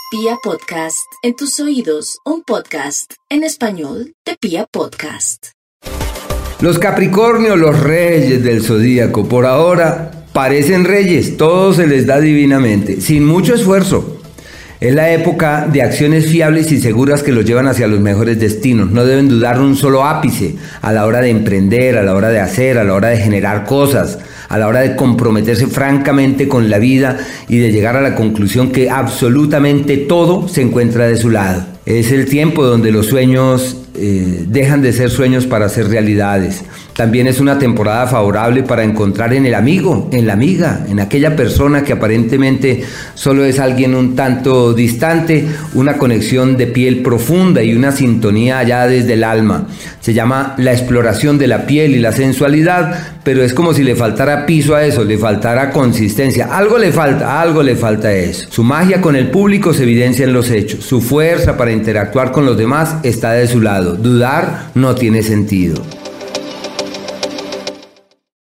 Pia Podcast, en tus oídos, un podcast en español de Pia Podcast. Los Capricornio, los reyes del zodíaco, por ahora parecen reyes, todo se les da divinamente, sin mucho esfuerzo. Es la época de acciones fiables y seguras que los llevan hacia los mejores destinos. No deben dudar un solo ápice a la hora de emprender, a la hora de hacer, a la hora de generar cosas, a la hora de comprometerse francamente con la vida y de llegar a la conclusión que absolutamente todo se encuentra de su lado. Es el tiempo donde los sueños dejan de ser sueños para ser realidades. También es una temporada favorable para encontrar en el amigo, en la amiga, en aquella persona que aparentemente solo es alguien un tanto distante, una conexión de piel profunda y una sintonía allá desde el alma. Se llama la exploración de la piel y la sensualidad, pero es como si le faltara piso a eso, le faltara consistencia. Algo le falta a eso. Su magia con el público se evidencia en los hechos. Su fuerza para interactuar con los demás está de su lado. Dudar no tiene sentido.